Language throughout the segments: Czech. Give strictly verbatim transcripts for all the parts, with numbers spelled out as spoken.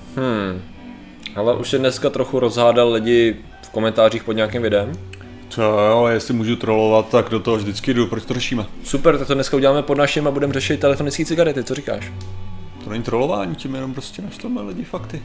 Hmm. Ale už si dneska trochu rozhádal lidi v komentářích pod nějakým videem. Co jo, jestli můžu trolovat, tak do toho vždycky jdu, proč to řešíme? Super, tak to dneska uděláme pod naším a budeme řešit elektronické cigarety, co říkáš? To není trolování, tím jenom prostě naštváme lidi fakty.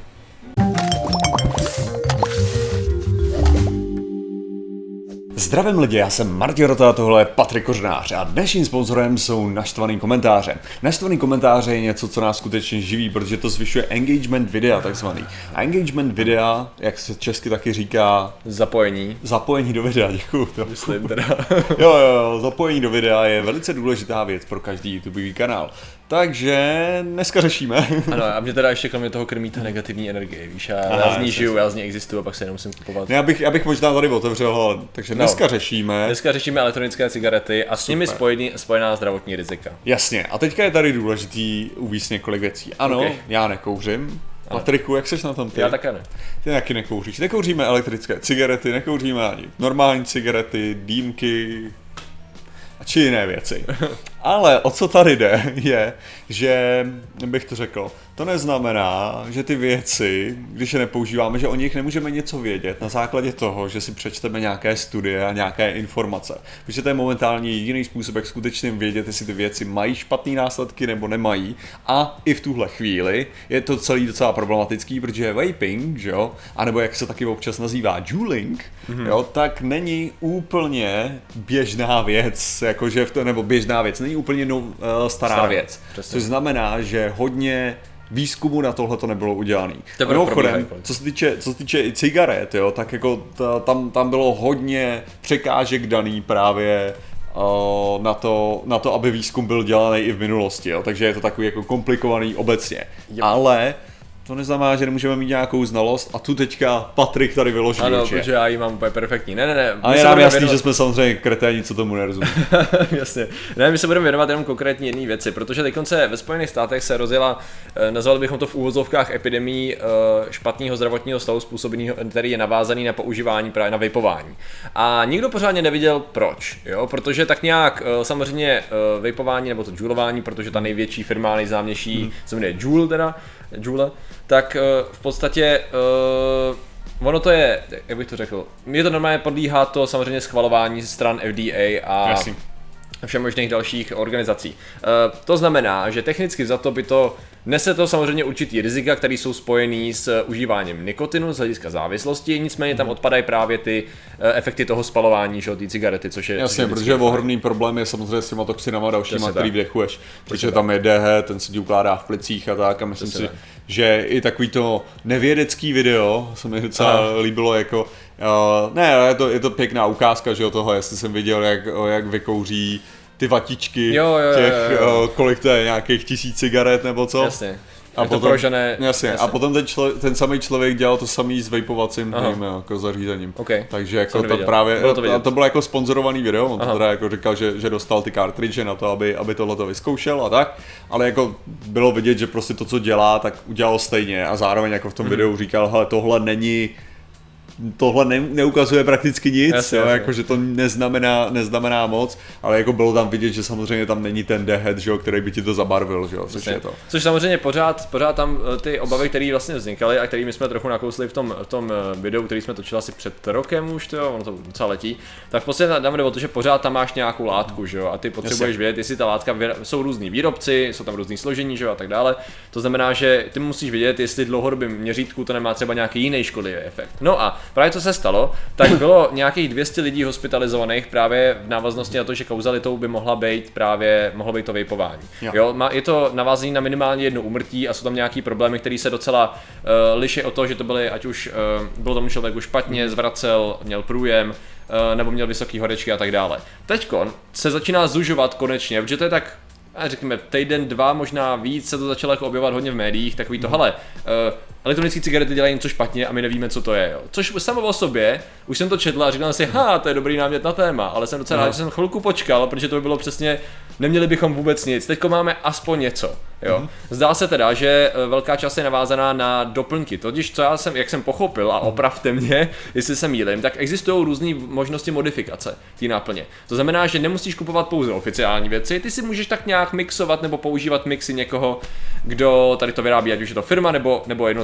Zdravím lidi, já jsem Martin Rota, tohle je Patrik Kořenář a dnešním sponzorem jsou naštvaný komentáře. Naštvaný komentáře je něco, co nás skutečně živí, protože to zvyšuje engagement videa takzvaný. A engagement videa, jak se česky taky říká... Zapojení. Zapojení do videa, děkuju. To. Myslím teda. jo, jo, jo, zapojení do videa je velice důležitá věc pro každý YouTubeový kanál. Takže dneska řešíme. Ano, a mě teda ještě kromě toho krmí ta negativní energie, víš, já, Aha, já z ní žiju, já z ní existuju a pak se jenom musím kupovat. Já bych, já bych možná tady otevřel, takže dneska no, řešíme. Dneska řešíme elektronické cigarety a s nimi spojený, spojená zdravotní rizika. Jasně, a teďka je tady důležitý uvíct několik věcí. Ano, okay. Já nekouřím. Patriku, jak seš na tom ty? Já také ne. Ty taky nekouříš. Nekouříme elektrické cigarety, nekouříme ani normální cigarety, dýmky a či jiné věci. Ale o co tady jde, je, že bych to řekl, to neznamená, že ty věci, když je nepoužíváme, že o nich nemůžeme něco vědět na základě toho, že si přečteme nějaké studie a nějaké informace. Protože to je momentálně jediný způsob, jak skutečně vědět, jestli ty věci mají špatné následky nebo nemají. A i v tuhle chvíli je to celý docela problematický, protože vaping, že jo, anebo jak se taky občas nazývá juuling, mm-hmm. jo, tak není úplně běžná věc, jakože v to, nebo běžná věc, není úplně no, uh, stará Stará, věc. Přesně. Což znamená, že hodně výzkumu na tohle to nebylo udělaný. Mimochodem, co se týče, co se týče i cigaret, jo, tak jako ta, tam, tam bylo hodně překážek daný právě uh, na, to, na to, aby výzkum byl dělaný i v minulosti, jo, takže je to takový jako komplikovaný obecně. Jo. Ale to neznamená, že nemůžeme mít nějakou znalost a tu teďka Patrik tady vyloží. Ano, určitě. Protože já ji mám úplně perfektní. Ne, ne, ne. A je nám jasný, věnovat... že jsme samozřejmě kreténi, co tomu nerozumí. Jasně. Ne, my se budeme věnovat jenom konkrétně jedné věci, protože teď se ve Spojených státech se rozjela, nazvali bychom to v úvozovkách epidemii špatného zdravotního stavu způsobeného, který je navázaný na používání právě na vapování. A nikdo pořádně neviděl proč, jo? Protože tak nějak samozřejmě vapování nebo to juulování, protože ta největší firma, nejznámější, hmm. se jmenuje Juul teda, Juul, tak v podstatě uh, ono to je, jak bych to řekl, je to normálně podlíhá to samozřejmě schvalování stran F D A a Jasně. všem možných dalších organizací. Uh, to znamená, že technicky za to by to nese to samozřejmě určitý rizika, které jsou spojený s užíváním nikotinu z hlediska závislosti, nicméně tam odpadají právě ty uh, efekty toho spalování, že ty cigarety, což je... Jasně, protože ohromný problém je samozřejmě s těma toxinama dalšíma, který vdechuješ, protože tam je D H, ten se ti ukládá v plicích a tak a myslím si, že i takový to nevědecký video se mi docela Aha. líbilo jako, uh, ne, je to, je to pěkná ukázka, že o toho, jestli jsem viděl, jak, jak vykouří ty vatičky, jo, jo, těch, jo, jo. Uh, kolik to je, nějakých tisíc cigaret nebo co? Jasně. A je potom, to prožené, jasně, jasně. A potom ten, člo, ten samý člověk dělal to samý s vapovacím tím, jako zařízením. Okay. Takže jako to právě, bylo to, to bylo jako sponzorovaný video, on to teda jako říkal, že, že dostal ty cartridge na to, aby, aby tohleto vyzkoušel a tak, ale jako bylo vidět, že prostě to, co dělá, tak udělal stejně a zároveň jako v tom mm. videu říkal, hele, tohle není, tohle ne, neukazuje prakticky nic, jasně, jo, jasně. Jako, že to neznamená, neznamená moc, ale jako bylo tam vidět, že samozřejmě tam není ten dehead, že jo, který by ti to zabarvil, že jo, což je to. Což samozřejmě pořád, pořád tam ty obavy, které vlastně vznikaly a kterými jsme trochu nakousli v tom, v tom videu, který jsme točili asi před rokem už, to, ono to docela letí, tak v podstatě tam jde o to, že pořád tam máš nějakou látku, že jo, a ty potřebuješ jasně. vědět, jestli ta látka, jsou různý výrobci, jsou tam různý složení, že jo, a tak dále. To znamená, že ty musíš vědět, jestli dlouhodobým měřítku to nemá třeba nějaký jiný škodlivý efekt. No a právě co se stalo, tak bylo nějakých dvě stě lidí hospitalizovaných právě v návaznosti na to, že kauzalitou by mohla být právě, mohlo být to vapování. Jo. Jo, je to navázané na minimálně jedno úmrtí a jsou tam nějaký problémy, které se docela uh, liší od toho, že to byly, ať už uh, bylo tomu člověku špatně, zvracel, měl průjem, uh, nebo měl vysoký horečky a tak dále. Teďkon se začíná zužovat konečně, protože to je tak, řekněme, týden, dva, možná víc se to začalo jako objevovat hodně v médiích, takový to, hele, uh, elektronické cigarety dělají něco špatně a my nevíme, co to je. Jo. Což samo o sobě, už jsem to četl a říkal si, ha, to je dobrý námět na téma, ale jsem docela rád, že jsem chvilku počkal, protože to by bylo přesně, neměli bychom vůbec nic. Teďko máme aspoň něco. Jo. Mm. Zdá se teda, že velká část je navázaná na doplňky. Totiž, co já jsem, jak jsem pochopil, a opravte mě, jestli se mýlím, tak existují různé možnosti modifikace té náplně. To znamená, že nemusíš kupovat pouze oficiální věci, ty si můžeš tak nějak mixovat nebo používat mixy někoho, kdo tady to vyrábí, ať už je to firma nebo, nebo jednotlivý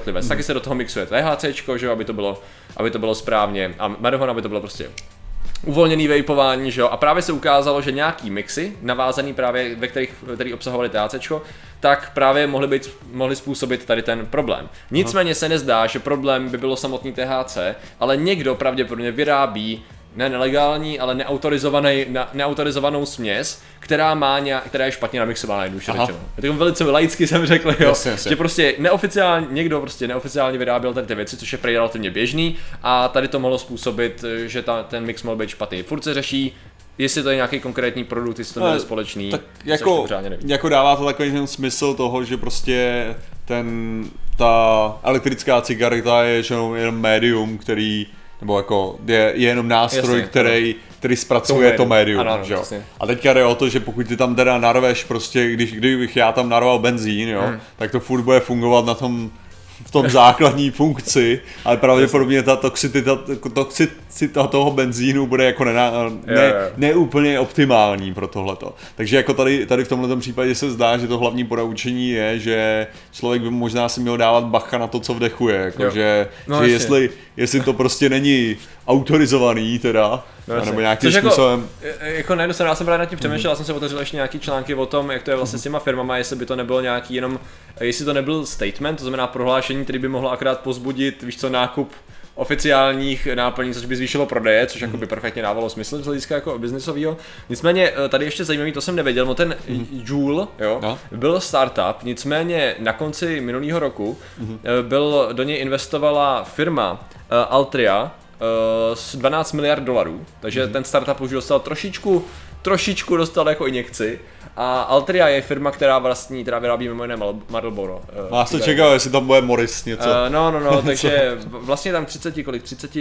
jednotlivec. Mm. Taky se do toho mixuje THCčko, že jo, aby to bylo, aby to bylo správně a marihuana, aby to bylo prostě uvolněný vejpování, že jo, a právě se ukázalo, že nějaký mixy, navázaný právě, ve kterých, který obsahovali THCčko, tak právě mohly, být, mohly způsobit tady ten problém. Nicméně se nezdá, že problém by bylo samotný T H C, ale někdo pravděpodobně vyrábí ne nelegální, ale neautorizovaný, ne, neautorizovanou směs, která má nějak, která je špatně namixovaná, jednoduše řečeno. Tak velice laicky jsem řekl, jo, jasně, jasně. Že prostě neoficiálně, někdo prostě neoficiálně vyráběl tady ty věci, což je prej relativně běžný a tady to mohlo způsobit, že ta, ten mix mohl být špatný. Furt se řeší, jestli to je nějaký konkrétní produkt, jestli to měli společný, tak jako, jako dává to takový ten smysl toho, že prostě ten, ta elektrická cigareta je jenom médium, který nebo jako je, je jenom nástroj, jasně, který, který zpracuje to, to médium, ano, ano, že jo. A teďka jde o to, že pokud ty tam teda narveš prostě, když, kdybych já tam narval benzín, jo, hmm. tak to furt bude fungovat na tom, v tom základní funkci, ale pravděpodobně ta toxicita, toxicita toho benzínu bude jako ne, ne, ne úplně optimální pro tohleto. Takže jako tady, tady v tomhle případě se zdá, že to hlavní ponaučení je, že člověk by možná si měl dávat bacha na to, co vdechuje, jako že, no, že jestli, jestli to prostě není autorizovaný teda, no, nebo nějakým Což způsobem. Jako, jako najednou jsem, já jsem právě nad tím přemýšlel, mm. já jsem se otevřel ještě nějaký články o tom, jak to je vlastně s těma firmama, jestli by to nebylo nějaký jenom, jestli to nebyl statement, to znamená prohlášení, který by mohlo akorát pozbudit, víš co, nákup oficiálních náplní, což by zvýšilo prodeje, což jako by perfektně dávalo smysl z hlediska jako biznisového. Nicméně tady ještě zajímavý, to jsem nevěděl, no ten mm. Joule, jo, no. byl startup, nicméně na konci minulého roku mm. byl, do něj investovala firma Altria s dvanáct miliard dolarů, takže mm. ten startup už dostal trošičku, trošičku dostal jako injekci. A Altria je firma, která vlastní, která vyrábí mimo jiné Marlboro. Uh, Já jsem čekal, jestli tam bude Morris něco. Uh, no, no, no, takže vlastně tam třicet, kolik, třicet,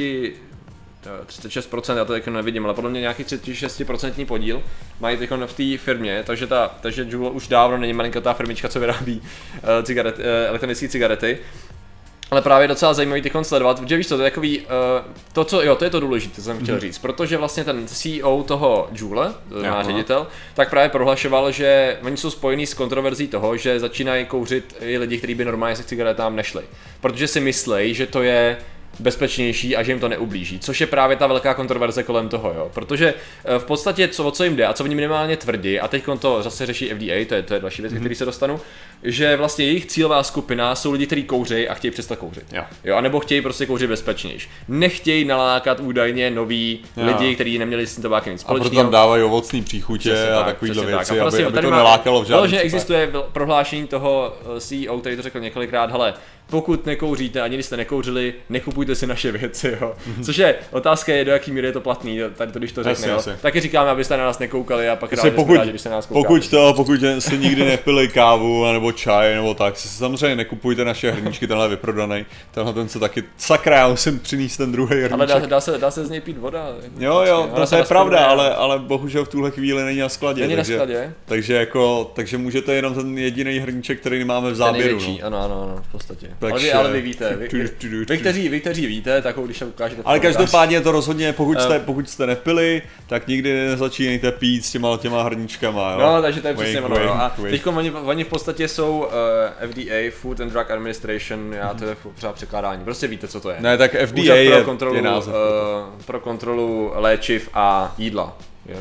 třicet šest procent, já to teď nevidím, ale podle mě nějaký třicet šest procent podíl mají teď v té firmě, takže, ta, takže Juul už dávno není malinkatá firmička, co vyrábí uh, cigaret, uh, elektronické cigarety. Ale právě docela zajímavý tychon sledovat, že víš co, to je takový, uh, to co, jo, to je to důležité, co jsem chtěl mm-hmm. říct, protože vlastně ten C E O toho Joule, náš ředitel, tak právě prohlašoval, že oni jsou spojení s kontroverzí toho, že začínají kouřit i lidi, kteří by normálně se k cigaretám nešli, protože si myslejí, že to je bezpečnější a že jim to neublíží, což je právě ta velká kontroverze kolem toho, jo, protože v podstatě co, o co jim jde a co oni minimálně tvrdí, a teď to zase řeší F D A, to je, to je další věc, mm-hmm. který se dostanu, že vlastně jejich cílová skupina jsou lidi, kteří kouří a chtějí přestat kouřit, jo. Jo, anebo chtějí prostě kouřit bezpečnější, nechtějí nalákat údajně noví jo. lidi, kteří neměli s tím tobákem nic společného. A proto tam dávají ovocný příchutě přesně a takovýhle věci, tak. A prosím, aby, aby to nelákalo v žádném případě. Existuje prohlášení toho C E O, který to řekl několikrát, hele, pokud nekouříte, ani když jste nekouřili, nekupujte si naše věci, jo. Což je, otázka je, do jaký míry je to platný, tady to když to řekne, jo. Taky říkáme, abyste na nás nekoukali a pak rádi, pokud, rádi, když se na nás koukali. Pokud to, pokud jste nikdy nepili kávu nebo čaj nebo tak, si samozřejmě nekupujte naše hrníčky, tenhle je vyprodaný, tenhle ten se taky, sakra, já musím přinést ten druhý hrníček. Ale dá, dá, se, dá se z něj pít voda. Jo, jo, to, to je pravda, ale, ale bohužel v tuhle chvíli není na skladě. Není takže, na skladě. Takže jako, takže můžete jenom ten jediný hrníček, který máme v záběru. Ten největší, no. ano, ano, ano, v podstatě. Takže, ale vy víte, vy, vy, vy, kteří, vy kteří víte, tak když se ukážete. Ale každopádně je to rozhodně, pokud jste, pokud jste nepili, tak nikdy nezačínejte pít s těma těma hrníčkama, jo. No, takže to je přesně ono, jo. A teď oni, oni v podstatě jsou uh, F D A, Food and Drug Administration, já to je pořád překládání, prostě víte, co to je. Ne, tak F D A je, pro kontrolu, je název. Uh, pro kontrolu léčiv a jídla.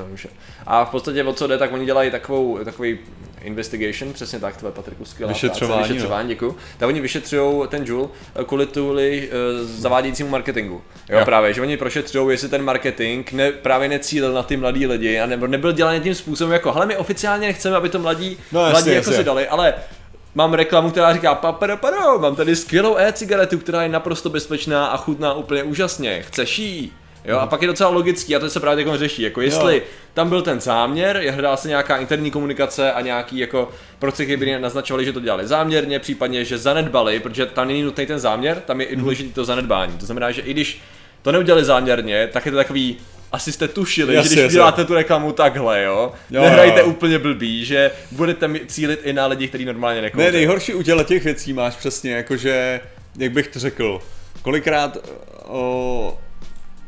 A v podstatě o co jde, tak oni dělají takovou, takový investigation, přesně tak, tvoje Patriku, skvělá vyšetřování, práce, vyšetřování, děkuju. Tak oni vyšetřují ten Joule kvůli tuli uh, zavádějícímu marketingu. Jo, jo, právě, že oni prošetřují, jestli ten marketing ne, právě necílil na ty mladý lidi, a nebo nebyl dělaný tím způsobem jako, hele, my oficiálně nechceme, aby to mladí, no, mladí jasně, jako jasně. si dali, ale mám reklamu, která říká papadapado, mám tady skvělou e-cigaretu, která je naprosto bezpečná a chutná úplně úžasně, chceš jí? Jo, a pak je docela logický, a to se právě jako řeší, jako jestli jo. tam byl ten záměr, hledala se nějaká interní komunikace a nějaký jako procesy by naznačovali, že to dělali záměrně, případně, že zanedbali, protože tam není nutný ten záměr, tam je i důležitý to zanedbání. To znamená, že i když to neudělali záměrně, tak je to takový, asi jste tušili, jasně, že když jasně. děláte tu reklamu takhle, jo, jo nehrajte jo. úplně blbý, že budete cílit i na lidi, kteří normálně nekouří. Ne, nejhorší u těch věcí máš přesně, jakože, jak bych to řekl, kolikrát o,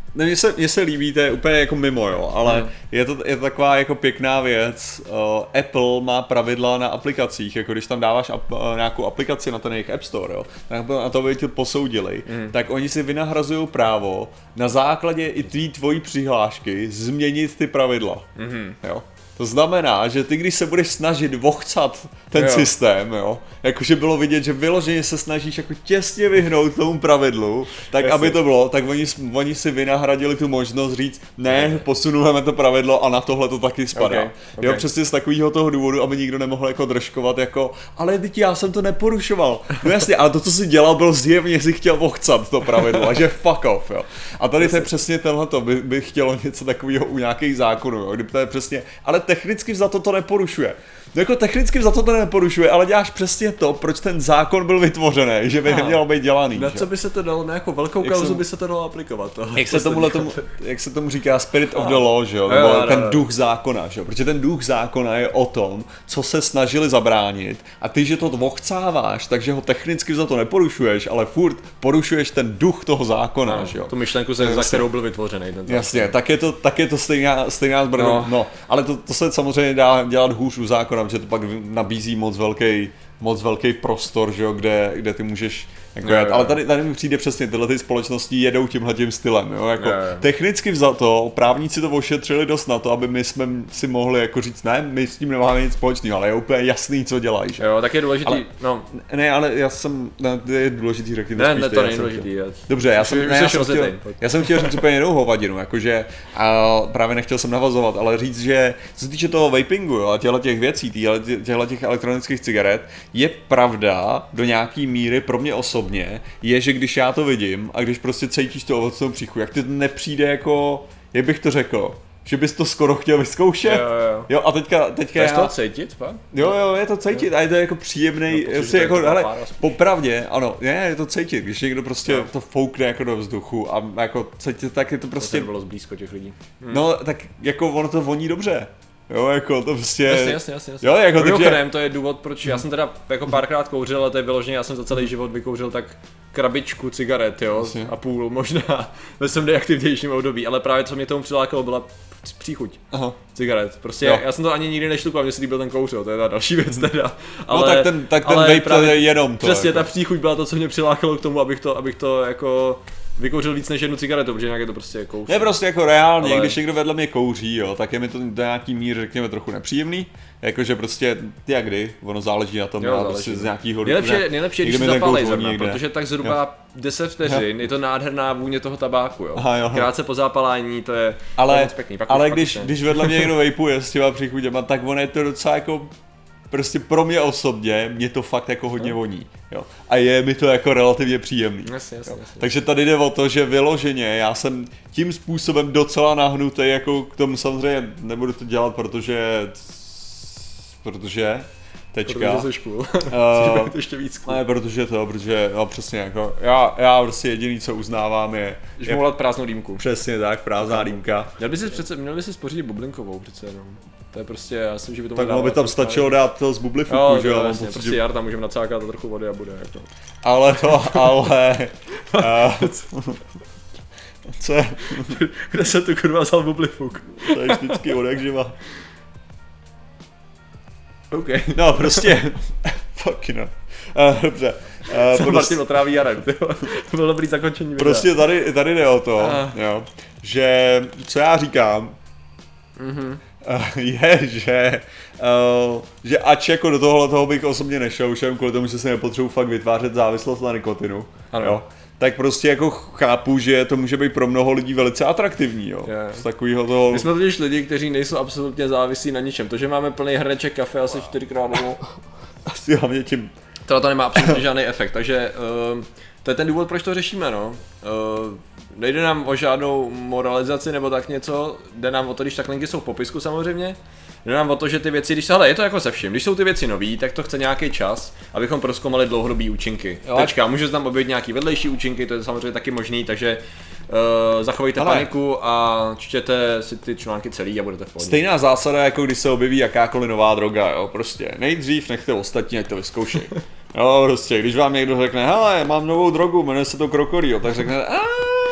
Ne, mně se, mně se líbí, to je úplně jako mimo, jo, ale hmm. je, to, je to taková jako pěkná věc. Uh, Apple má pravidla na aplikacích, jako když tam dáváš ap, uh, nějakou aplikaci na ten jejich App Store, jo, tak na to, aby ti posoudili, hmm. tak oni si vynahrazují právo na základě i tvý tvojí přihlášky změnit ty pravidla, hmm. jo. To znamená, že ty, když se budeš snažit vochcat ten jo. systém, jo, jakože bylo vidět, že vyloženě se snažíš jako těsně vyhnout tomu pravidlu, tak Jasně. aby to bylo, tak oni, oni si vynahradili tu možnost říct, ne, posunujeme to pravidlo a na tohle to taky spadá. Okay. Okay. Jo, přesně z takového toho důvodu, aby nikdo nemohl jako držkovat jako, ale teď já jsem to neporušoval. No jasně, ale to, co jsi dělal, bylo zjevně, si chtěl vochcat to pravidlo a že fuck off, jo. A tady to je přesně tohleto, by, by chtělo něco takového u nějakých zákonů, jo, kdyby to je přesně, ale technicky za to to neporušuje. No jako technicky za to to neporušuje, ale děláš přesně to, proč ten zákon byl vytvořený, že by neměl být dělaný. Na co by se to dalo, na jako velkou jak kauzu jsem, by se to dalo aplikovat. To, jak, se tomu, tomu, jak se tomu říká spirit of the law, že jo, nebo jo, ten jo. duch zákona, že jo, protože ten duch zákona je o tom, co se snažili zabránit a ty, že to vochcáváš, takže ho technicky za to neporušuješ, ale furt porušuješ ten duch toho zákona, no, že jo. Tu myšlenku, za, za kterou byl vytvořený ten Jasně, tak je to, tak je to stejná, stejná zbraň, no. no, ale to, to se samozřejmě dá dělat hůř u zákona, že to pak nabízí moc velký, moc velký prostor, že jo, kde, kde ty můžeš jako jet. Ale tady, tady mi přijde přesně, tyhle ty společnosti jedou tímhletím stylem, jo, jako jo, jo. technicky vzato, právníci to ošetřili dost na to, aby my jsme si mohli jako říct, ne, my s tím nemáme nic společného, ale je úplně jasný, co dělají, že? Jo, tak je důležitý, ale, no. Ne, ale já jsem, ne, je důležitý, řekni to ne, spíš. Ne, to není důležitý. Já... Dobře, já jsem, ne, já, jsem chtěl, já jsem chtěl říct úplně jinou hovadinu, jakože, a právě nechtěl jsem navazovat, ale říct, že co se týče toho vapingu, jo, a těchto těch věcí, těchto těch elektronických cigaret, je pravda do nějaký míry pro mě osobně, je, že když já to vidím a když prostě cítíš to ovocnou příchuť, jak ti to nepřijde jako, jak bych to řekl, že bys to skoro chtěl vyzkoušet. Jo, jo. jo a teďka, teďka já... to cítit, fakt? Jo, jo, je to cítit a je to jako příjemný, no, prostě jako, hele, popravdě, ano, ne, je to cítit, když někdo prostě no. to foukne jako do vzduchu a jako cítit, tak je to prostě... To bylo zblízko těch lidí. Hm. No, tak jako ono to voní dobře. Jo, jako to prostě... Jasně, jasně, jasně. Jo, jako takže... to je důvod, proč já jsem teda jako párkrát kouřil, ale to je vyloženě, já jsem za celý život vykouřil tak krabičku cigaret, jo, jasně. a půl možná ve svém nejaktivnějším období, ale právě co mě tomu přilákalo byla příchuť Aha. cigaret. Prostě jo. já jsem to ani nikdy nešlukoval, mně se líbil ten kouř, jo, to je ta další věc teda. Ale, no tak ten, tak ten vape právě, to je jenom to. Přesně, jako. ta příchuť byla to, co mě přilákalo k tomu, abych to, abych to jako... vykouřil víc než jednu cigaretu, protože nějak je to prostě kouř. Ne, prostě jako reálně, ale... když někdo vedle mě kouří, jo, tak je mi to do nějaký mír, řekněme, trochu nepříjemný. Jakože prostě, jak kdy, ono záleží na tom, jo, záleží, prostě z nějakýho... Nejlepší, nejlepší když si zapálej zrna, protože tak zhruba jo. deset vteřin, jo. je to nádherná vůně toho tabáku, jo. Aha, jo. Krátce po zapálení, to je, ale, to je moc pěkný. Pak ale když, když vedle mě někdo vejpuje s těma příchutěma, tak ono je to docela jako... Prostě pro mě osobně, mě to fakt jako hodně voní, jo. A je mi to jako relativně příjemný. Jasně, jasně, jasně. Takže tady jde o to, že vyloženě já jsem tím způsobem docela nahnutý jako k tomu, samozřejmě nebudu to dělat, protože... Protože... Tečka. Protože jsi cool. Uh, to ještě víc cool. Ne, protože to, protože, no přesně jako, já, já prostě jediný, co uznávám je... Že mohl dát prázdnou dýmku. Přesně tak, prázdná dýmka. Měl by si přece, měl by si spořit bublinkovou přece jenom. To je prostě, já myslím, že by to tak by tam stačilo dát to z bublifuku, jo, že jo? Jasně, prostě jar tam můžeme nacákat trochu vody a bude jako. Ale to, ale... uh, co je? Kde se tu kurva vzal bublifuk? To je vždycky od jak živa. OK. No prostě, fuck no. Uh, dobře. Uh, Co prostě... Martin otráví jarem, tyjo. To bylo dobrý zakončení videa. Prostě tady, tady jde o to, uh. jo, že co já říkám, mm-hmm. uh, je, že, uh, že ač jako do tohohle toho bych osobně nešel, už jen kvůli tomu, že se nepotřebuji fakt vytvářet závislost na nikotinu, ano. Jo. Tak prostě jako chápu, že to může být pro mnoho lidí velice atraktivní, jo, yeah. z takového toho... My jsme totiž lidi, kteří nejsou absolutně závislí na ničem, to, že máme plný hrneček kafe asi čtyřikrát domů. Asi hlavně tím... Tohle to nemá absolutně žádný efekt, takže uh, to je ten důvod, proč to řešíme, no. Uh, nejde nám o žádnou moralizaci nebo tak něco, jde nám o to, když taklinky jsou v popisku samozřejmě, jde nám o to, že ty věci, když se, hele, je to jako se vším, když jsou ty věci nový, tak to chce nějaký čas, abychom prozkoumali dlouhodobý účinky. Jo. Tečka, může se tam objevit nějaký vedlejší účinky, to je samozřejmě taky možný, takže uh, zachovejte ale... paniku a čtěte si ty články celý a budete v pohodě. Stejná zásada, jako když se objeví jakákoliv nová droga, jo, prostě nejdřív nechte ostatní, ať to vyzkoušej. Jo, prostě, když vám někdo řekne, hele, mám novou drogu, jmenuje se to krokodýl, tak řekne,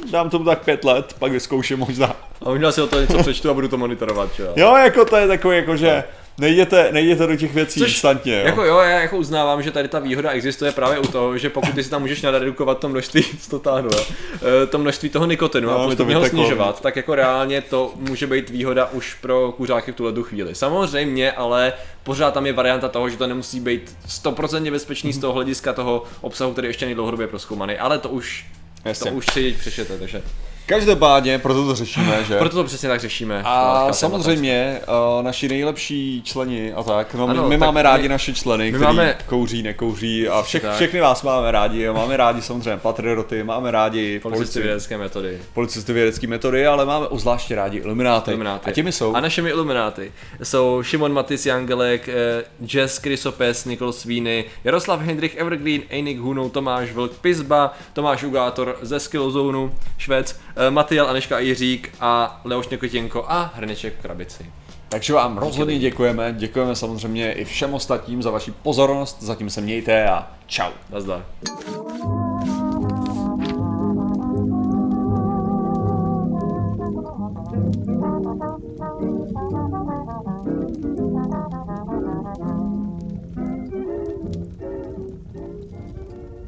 dám tomu tak pět let, pak vyzkouším možná. A možná si o to něco přečtu a budu to monitorovat, jo. Jo, jako to je takový, jako že nejděte, nejděte do těch věcí Což, instantně, jo. Jako jo, já jako uznávám, že tady ta výhoda existuje právě u toho, že pokud ty si tam můžeš nadredukovat to množství, to táhnu, jo, e, to množství toho nikotinu no, a postupně ho snižovat, tak jako reálně to může být výhoda už pro kuřáky v tuhle chvíli. Samozřejmě, ale pořád tam je varianta toho, že to nemusí být sto procent bezpečný z toho hlediska toho obsahu, který ještě nejdlouhodobě prozkoumaný, ale to už, Jasně. to už si přešete, takže. Každopádně, proto to řešíme, že? Proto to přesně tak řešíme. A samozřejmě uh, naši nejlepší členi a tak, no ano, my, my tak máme my, rádi naše členy, kteří máme... kouří, nekouří a všech, všechny vás máme rádi, máme rádi samozřejmě patrioty, máme rádi policisty vědecké metody. Policisty vědecké metody, ale máme zvláště rádi ilumináty. ilumináty. A těmi jsou? A našimi ilumináty jsou Šimon Matis Jangelek, Jess Krysopes, Nikol Sweeney, Jaroslav Hendrich Evergreen, Einik Hunou, Tomáš Vlk, Pizba, Tomáš Ugátor ze Skillzonu, Švec, Matyjel, Aneška Jiřík a Leoš Nekotěnko a Hrneček v krabici. Takže vám rozhodně děkujeme, děkujeme samozřejmě i všem ostatním za vaši pozornost, zatím se mějte a čau. Nazdar.